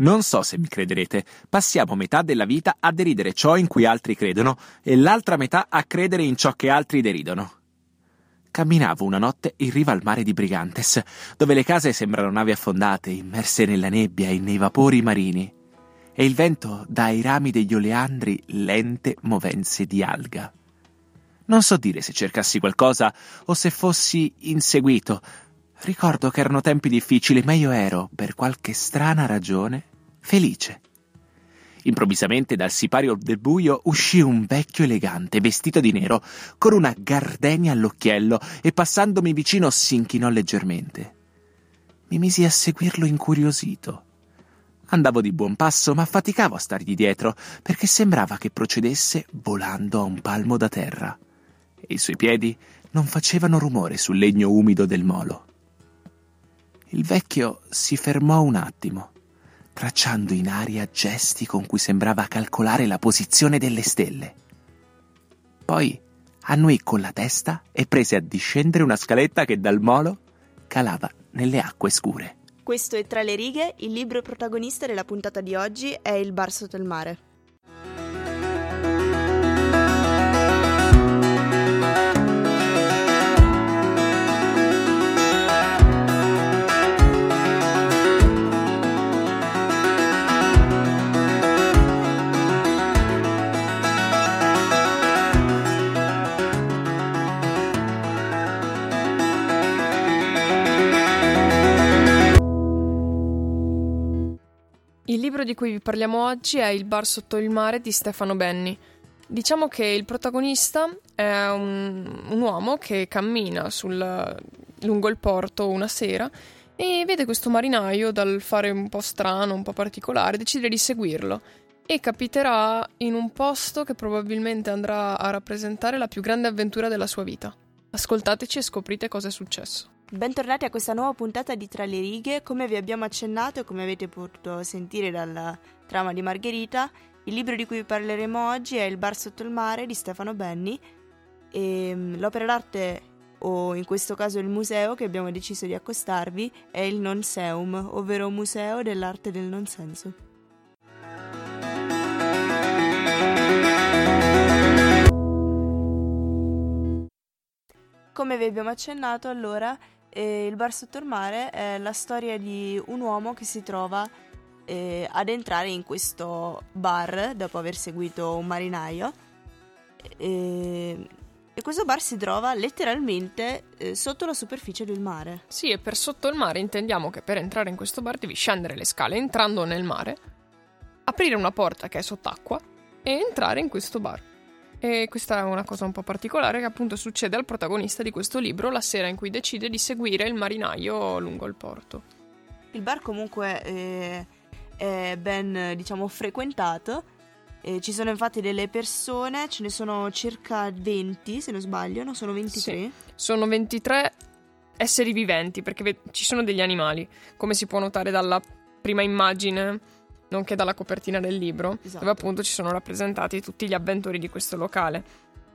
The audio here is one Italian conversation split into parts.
Non so se mi crederete, passiamo metà della vita a deridere ciò in cui altri credono e l'altra metà a credere in ciò che altri deridono. Camminavo una notte in riva al mare di Brigantes, dove le case sembrano navi affondate, immerse nella nebbia e nei vapori marini, e il vento dà ai rami degli oleandri lente movenze di alga. Non so dire se cercassi qualcosa o se fossi inseguito. Ricordo che erano tempi difficili, ma io ero, per qualche strana ragione, felice. Improvvisamente dal sipario del buio uscì un vecchio elegante, vestito di nero, con una gardenia all'occhiello, e passandomi vicino si inchinò leggermente. Mi misi a seguirlo incuriosito. Andavo di buon passo, ma faticavo a stargli dietro, perché sembrava che procedesse volando a un palmo da terra, e i suoi piedi non facevano rumore sul legno umido del molo. Il vecchio si fermò un attimo, tracciando in aria gesti con cui sembrava calcolare la posizione delle stelle. Poi annui con la testa e prese a discendere una scaletta che dal molo calava nelle acque scure. Questo è Tra le righe, il libro protagonista della puntata di oggi è Il bar sotto il mare. Il libro di cui vi parliamo oggi è Il bar sotto il mare di Stefano Benni. Diciamo che il protagonista è un uomo che cammina lungo il porto una sera e vede questo marinaio dal fare un po' strano, un po' particolare, decide di seguirlo e capiterà in un posto che probabilmente andrà a rappresentare la più grande avventura della sua vita. Ascoltateci e scoprite cosa è successo. Bentornati a questa nuova puntata di Tra le righe. Come vi abbiamo accennato e come avete potuto sentire dalla trama di Margherita, il libro di cui vi parleremo oggi è Il bar sotto il mare di Stefano Benni e l'opera d'arte, o in questo caso il museo che abbiamo deciso di accostarvi, è il Nonseum, ovvero Museo dell'arte del nonsenso. Come vi abbiamo accennato, allora, il bar sotto il mare è la storia di un uomo che si trova ad entrare in questo bar dopo aver seguito un marinaio e questo bar si trova letteralmente sotto la superficie del mare. Sì, e per sotto il mare intendiamo che per entrare in questo bar devi scendere le scale entrando nel mare, aprire una porta che è sott'acqua e entrare in questo bar. E questa è una cosa un po' particolare che appunto succede al protagonista di questo libro la sera in cui decide di seguire il marinaio lungo il porto. Il bar comunque è ben, diciamo, frequentato. Ci sono infatti delle persone, ce ne sono circa 20 se non sbaglio, no? Sono 23? Sì, sono 23 esseri viventi perché ci sono degli animali, come si può notare dalla prima immagine, nonché dalla copertina del libro, esatto, dove appunto ci sono rappresentati tutti gli avventori di questo locale.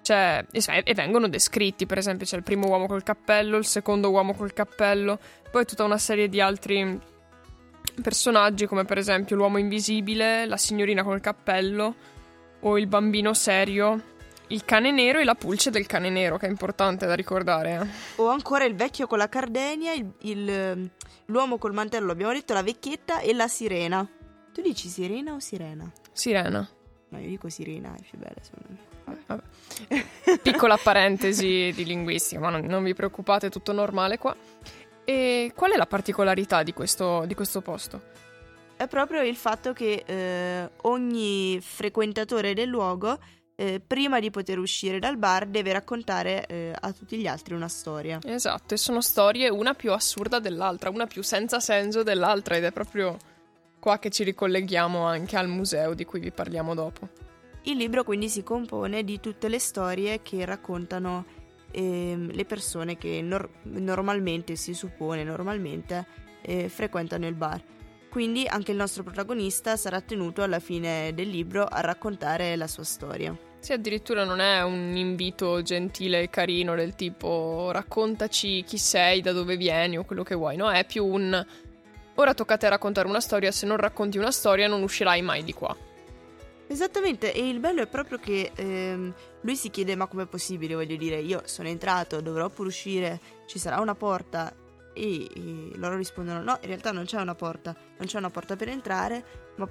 E vengono descritti, per esempio c'è il primo uomo col cappello, il secondo uomo col cappello, poi tutta una serie di altri personaggi come per esempio l'uomo invisibile, la signorina col cappello o il bambino serio, il cane nero e la pulce del cane nero, che è importante da ricordare. O ancora il vecchio con la cardenia, l'uomo col mantello, abbiamo detto, la vecchietta e la sirena. Tu dici sirena o sirena? Sirena. No, io dico sirena, è più bella secondo me. Vabbè. Piccola parentesi di linguistica, ma non vi preoccupate, è tutto normale qua. E qual è la particolarità di questo posto? È proprio il fatto che ogni frequentatore del luogo, prima di poter uscire dal bar, deve raccontare a tutti gli altri una storia. Esatto, e sono storie una più assurda dell'altra, una più senza senso dell'altra, ed è proprio qua che ci ricolleghiamo anche al museo di cui vi parliamo dopo. Il libro quindi si compone di tutte le storie che raccontano le persone che normalmente, si suppone frequentano il bar. Quindi anche il nostro protagonista sarà tenuto alla fine del libro a raccontare la sua storia. Sì, addirittura non è un invito gentile e carino del tipo raccontaci chi sei, da dove vieni o quello che vuoi, no? È più un ora tocca a te raccontare una storia, se non racconti una storia non uscirai mai di qua. Esattamente, e il bello è proprio che lui si chiede ma com'è possibile, voglio dire, io sono entrato, dovrò pure uscire, ci sarà una porta, e loro rispondono no, in realtà non c'è una porta per entrare, ma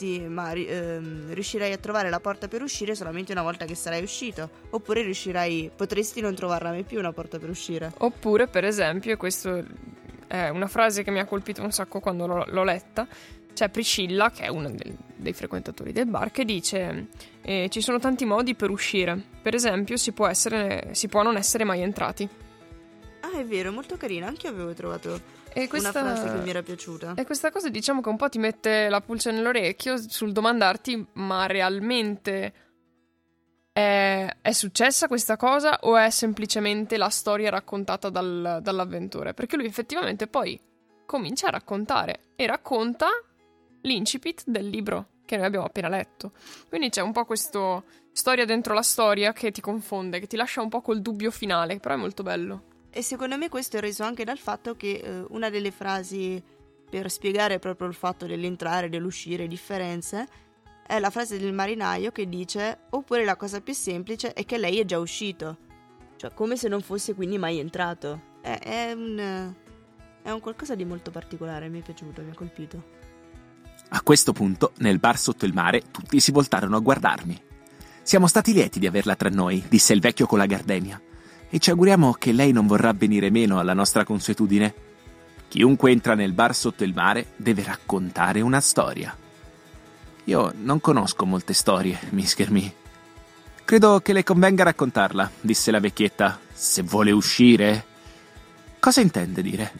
riuscirai a trovare la porta per uscire solamente una volta che sarai uscito, oppure potresti non trovarla mai più una porta per uscire. Oppure, per esempio, e questo è una frase che mi ha colpito un sacco quando l'ho letta, c'è Priscilla, che è uno dei frequentatori del bar, che dice ci sono tanti modi per uscire. Per esempio, si può non essere mai entrati. Ah, è vero, molto carina. Anche io avevo trovato una frase che mi era piaciuta. E questa cosa, diciamo, che un po' ti mette la pulce nell'orecchio sul domandarti: ma realmente è successa questa cosa o è semplicemente la storia raccontata dall'avventore? Perché lui effettivamente poi comincia a raccontare e racconta l'incipit del libro che noi abbiamo appena letto. Quindi c'è un po' questa storia dentro la storia che ti confonde, che ti lascia un po' col dubbio finale, però è molto bello. E secondo me questo è reso anche dal fatto che una delle frasi per spiegare proprio il fatto dell'entrare e dell'uscire, differenze, è la frase del marinaio che dice oppure la cosa più semplice è che lei è già uscito, cioè come se non fosse quindi mai entrato. È un qualcosa di molto particolare, mi è piaciuto, mi ha colpito. A questo punto, nel bar sotto il mare, tutti si voltarono a guardarmi. Siamo stati lieti di averla tra noi, disse il vecchio con la gardenia, e ci auguriamo che lei non vorrà venire meno alla nostra consuetudine. Chiunque entra nel bar sotto il mare deve raccontare una storia. Io non conosco molte storie, mi schermì. Credo che le convenga raccontarla, disse la vecchietta, se vuole uscire. Cosa intende dire?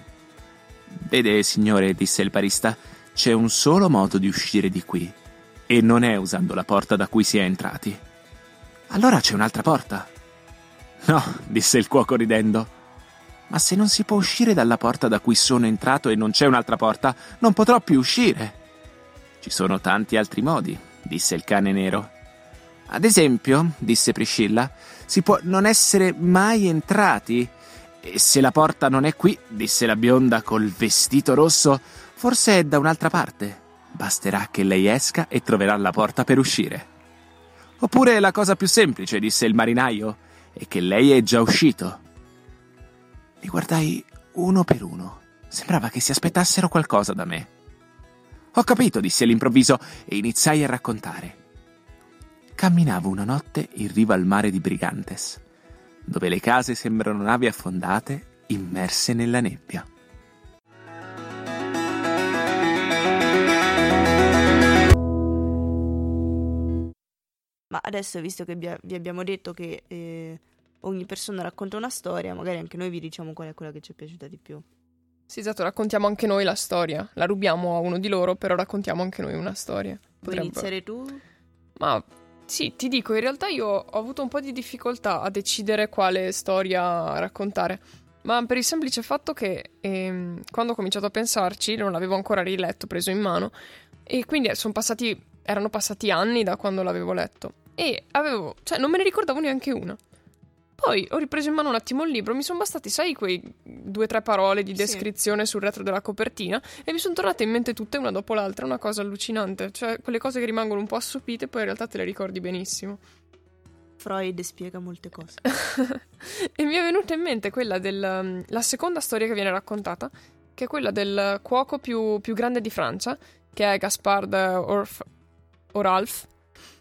Vede, signore, disse il barista, c'è un solo modo di uscire di qui, e non è usando la porta da cui si è entrati. Allora c'è un'altra porta? No, disse il cuoco ridendo. Ma se non si può uscire dalla porta da cui sono entrato e non c'è un'altra porta, non potrò più uscire. Ci sono tanti altri modi, disse il cane nero. Ad esempio, disse Priscilla, si può non essere mai entrati. E se la porta non è qui, disse la bionda col vestito rosso, forse è da un'altra parte. Basterà che lei esca e troverà la porta per uscire. Oppure la cosa più semplice, disse il marinaio, è che lei è già uscito. Li guardai uno per uno. Sembrava che si aspettassero qualcosa da me. Ho capito, dissi all'improvviso e iniziai a raccontare. Camminavo una notte in riva al mare di Brigantes, dove le case sembrano navi affondate immerse nella nebbia. Ma adesso, visto che vi abbiamo detto che ogni persona racconta una storia, magari anche noi vi diciamo qual è quella che ci è piaciuta di più. Sì, esatto, raccontiamo anche noi la storia. La rubiamo a uno di loro, però raccontiamo anche noi una storia. Puoi iniziare tu? Ma sì, ti dico, in realtà io ho avuto un po' di difficoltà a decidere quale storia raccontare. Ma per il semplice fatto che quando ho cominciato a pensarci, non l'avevo ancora riletto, preso in mano, e quindi erano passati anni da quando l'avevo letto. E non me ne ricordavo neanche una. Poi ho ripreso in mano un attimo il libro, mi sono bastati, sai, quei 2 o 3 parole di descrizione sul retro della copertina e mi sono tornate in mente tutte una dopo l'altra, una cosa allucinante, cioè quelle cose che rimangono un po' assopite e poi in realtà te le ricordi benissimo. Freud spiega molte cose. E mi è venuta in mente quella la seconda storia che viene raccontata, che è quella del cuoco più grande di Francia, che è Gaspard Oralf,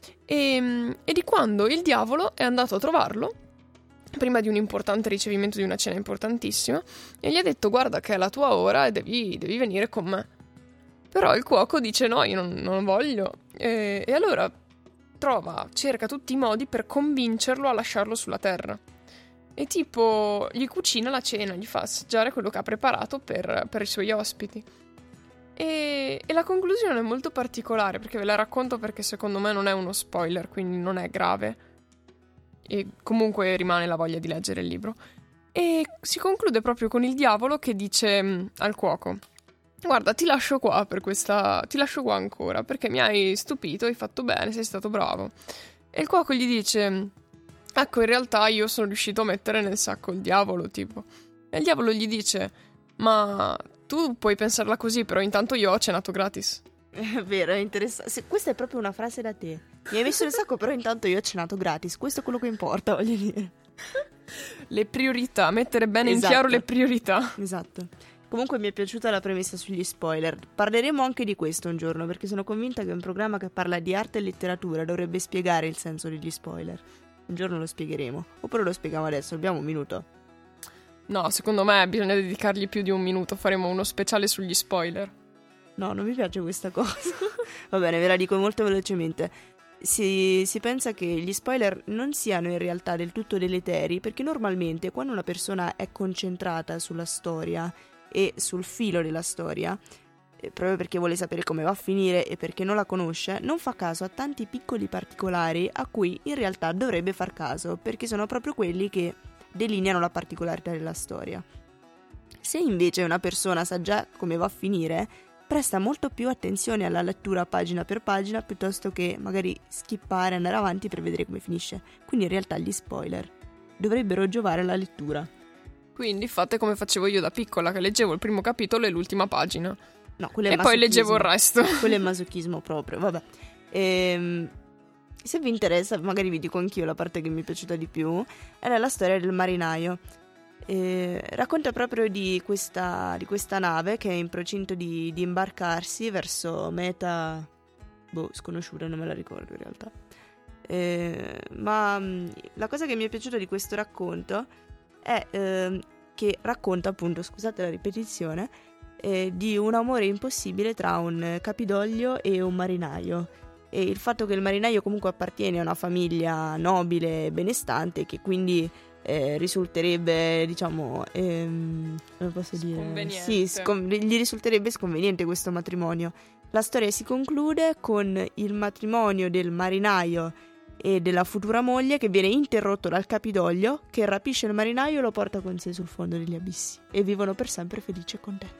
e di quando il diavolo è andato a trovarlo prima di un importante ricevimento di una cena importantissima e gli ha detto: guarda che è la tua ora e devi venire con me. Però il cuoco dice: no, io non voglio, e allora cerca tutti i modi per convincerlo a lasciarlo sulla terra e tipo gli cucina la cena, gli fa assaggiare quello che ha preparato per i suoi ospiti. E la conclusione è molto particolare, perché ve la racconto perché secondo me non è uno spoiler, quindi non è grave e comunque rimane la voglia di leggere il libro. E si conclude proprio con il diavolo che dice al cuoco: guarda, ti lascio qua ti lascio qua ancora perché mi hai stupito, hai fatto bene, sei stato bravo. E il cuoco gli dice: ecco, in realtà io sono riuscito a mettere nel sacco il diavolo, tipo. E il diavolo gli dice: ma Tu puoi pensarla così, però intanto io ho cenato gratis. È vero, è interessante. Questa è proprio una frase da te. Mi hai messo il sacco, però intanto io ho cenato gratis. Questo è quello che importa, voglio dire. Le priorità, mettere bene in chiaro le priorità. Esatto. Comunque mi è piaciuta la premessa sugli spoiler. Parleremo anche di questo un giorno, perché sono convinta che un programma che parla di arte e letteratura dovrebbe spiegare il senso degli spoiler. Un giorno lo spiegheremo. Oppure lo spieghiamo adesso, abbiamo un minuto. No, secondo me bisogna dedicargli più di un minuto. Faremo uno speciale sugli spoiler. No, non mi piace questa cosa. Va bene, ve la dico molto velocemente. Si pensa che gli spoiler non siano in realtà del tutto deleteri, perché normalmente quando una persona è concentrata sulla storia e sul filo della storia, proprio perché vuole sapere come va a finire e perché non la conosce, non fa caso a tanti piccoli particolari a cui in realtà dovrebbe far caso, perché sono proprio quelli che delineano la particolarità della storia. Se invece una persona sa già come va a finire, presta molto più attenzione alla lettura pagina per pagina piuttosto che magari skippare e andare avanti per vedere come finisce. Quindi in realtà gli spoiler dovrebbero giovare alla lettura. Quindi fate come facevo io da piccola, che leggevo il primo capitolo e l'ultima pagina. No, quello è e poi leggevo il resto. Quello è masochismo proprio, vabbè. Se vi interessa, magari vi dico anch'io la parte che mi è piaciuta di più. Era la storia del marinaio. Racconta proprio di questa nave che è in procinto di imbarcarsi verso meta sconosciuta, non me la ricordo in realtà. Ma la cosa che mi è piaciuta di questo racconto è che racconta appunto, scusate la ripetizione, di un amore impossibile tra un capidoglio e un marinaio. E il fatto che il marinaio comunque appartiene a una famiglia nobile e benestante, che quindi risulterebbe, diciamo, come posso dire? Sì, gli risulterebbe sconveniente questo matrimonio. La storia si conclude con il matrimonio del marinaio e della futura moglie che viene interrotto dal capidoglio, che rapisce il marinaio e lo porta con sé sul fondo degli abissi. E vivono per sempre felici e contenti.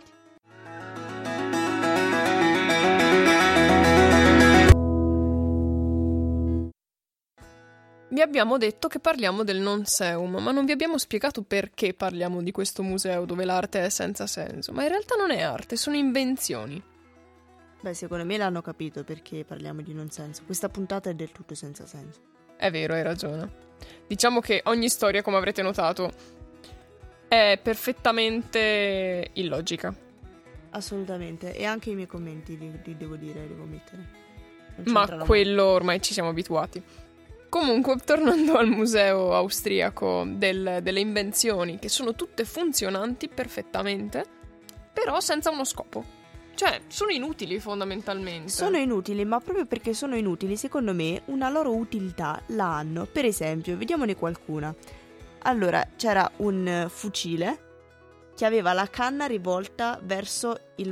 Vi abbiamo detto che parliamo del Nonseum, ma non vi abbiamo spiegato perché parliamo di questo museo dove l'arte è senza senso. Ma in realtà non è arte, sono invenzioni. Beh, secondo me l'hanno capito perché parliamo di non senso. Questa puntata è del tutto senza senso. È vero, hai ragione. Diciamo che ogni storia, come avrete notato, è perfettamente illogica. Assolutamente. E anche i miei commenti li devo mettere. Ma quello ormai ci siamo abituati. Comunque, tornando al museo austriaco delle invenzioni, che sono tutte funzionanti perfettamente, però senza uno scopo. Cioè, sono inutili fondamentalmente. Sono inutili, ma proprio perché sono inutili, secondo me, una loro utilità la hanno. Per esempio, vediamone qualcuna. Allora, c'era un fucile che aveva la canna rivolta verso il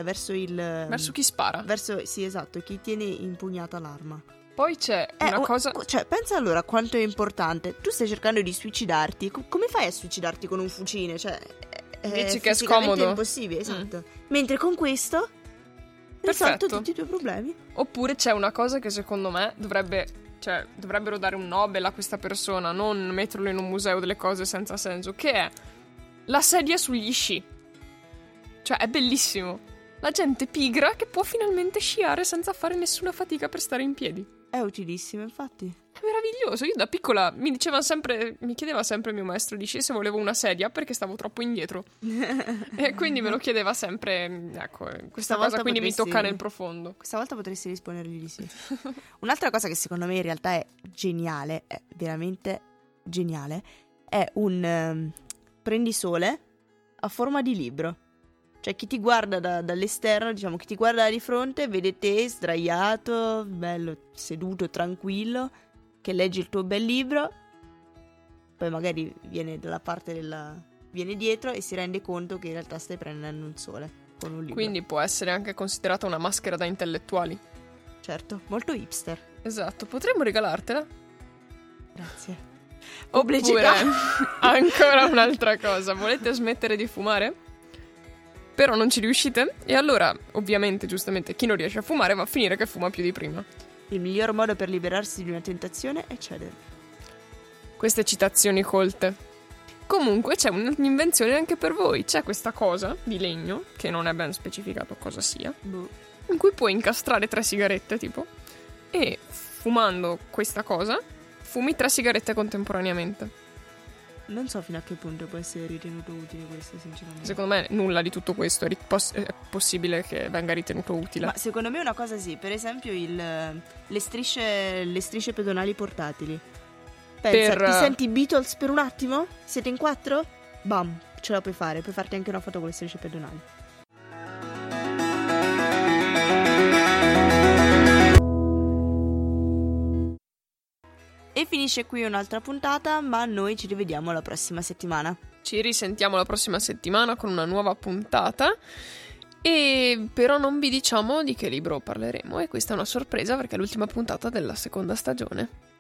verso chi spara. Sì, esatto, chi tiene impugnata l'arma. Poi c'è una cosa... Cioè, pensa allora quanto è importante. Tu stai cercando di suicidarti. Come fai a suicidarti con un fucile? Cioè, dici che è scomodo? È impossibile, esatto. Mentre con questo risolto tutti i tuoi problemi. Oppure c'è una cosa che secondo me dovrebbero dare un Nobel a questa persona, non metterlo in un museo delle cose senza senso, che è la sedia sugli sci. Cioè, è bellissimo. La gente pigra che può finalmente sciare senza fare nessuna fatica per stare in piedi. È utilissimo, infatti. È meraviglioso. Io da piccola mi chiedeva sempre il mio maestro di sci se volevo una sedia perché stavo troppo indietro. E quindi me lo chiedeva sempre. Ecco, questa cosa quindi mi tocca nel profondo. Questa volta potresti rispondergli di sì. Un'altra cosa che secondo me in realtà è geniale, è veramente geniale, è un prendisole a forma di libro. Cioè, chi ti guarda dall'esterno, diciamo, chi ti guarda di fronte, vede te sdraiato, bello, seduto, tranquillo, che leggi il tuo bel libro, poi magari viene dalla parte viene dietro e si rende conto che in realtà stai prendendo un sole con un libro. Quindi può essere anche considerata una maschera da intellettuali. Certo, molto hipster. Esatto, potremmo regalartela. Grazie. Oppure, ancora un'altra cosa, volete smettere di fumare? Però non ci riuscite? E allora, ovviamente, giustamente, chi non riesce a fumare va a finire che fuma più di prima. Il miglior modo per liberarsi di una tentazione è cedere. Queste citazioni colte. Comunque c'è un'invenzione anche per voi. C'è questa cosa di legno, che non è ben specificato cosa sia, in cui puoi incastrare 3 sigarette, tipo, e fumando questa cosa fumi 3 sigarette contemporaneamente. Non so fino a che punto può essere ritenuto utile questo, sinceramente. Secondo me nulla di tutto questo è possibile che venga ritenuto utile. Ma secondo me una cosa sì, per esempio le strisce pedonali portatili. Pensa, ti senti Beatles per un attimo? Siete in 4? Bam, ce la puoi farti anche una foto con le strisce pedonali. E finisce qui un'altra puntata, ma noi ci rivediamo la prossima settimana. Ci risentiamo la prossima settimana con una nuova puntata. E però non vi diciamo di che libro parleremo, e questa è una sorpresa perché è l'ultima puntata della seconda stagione.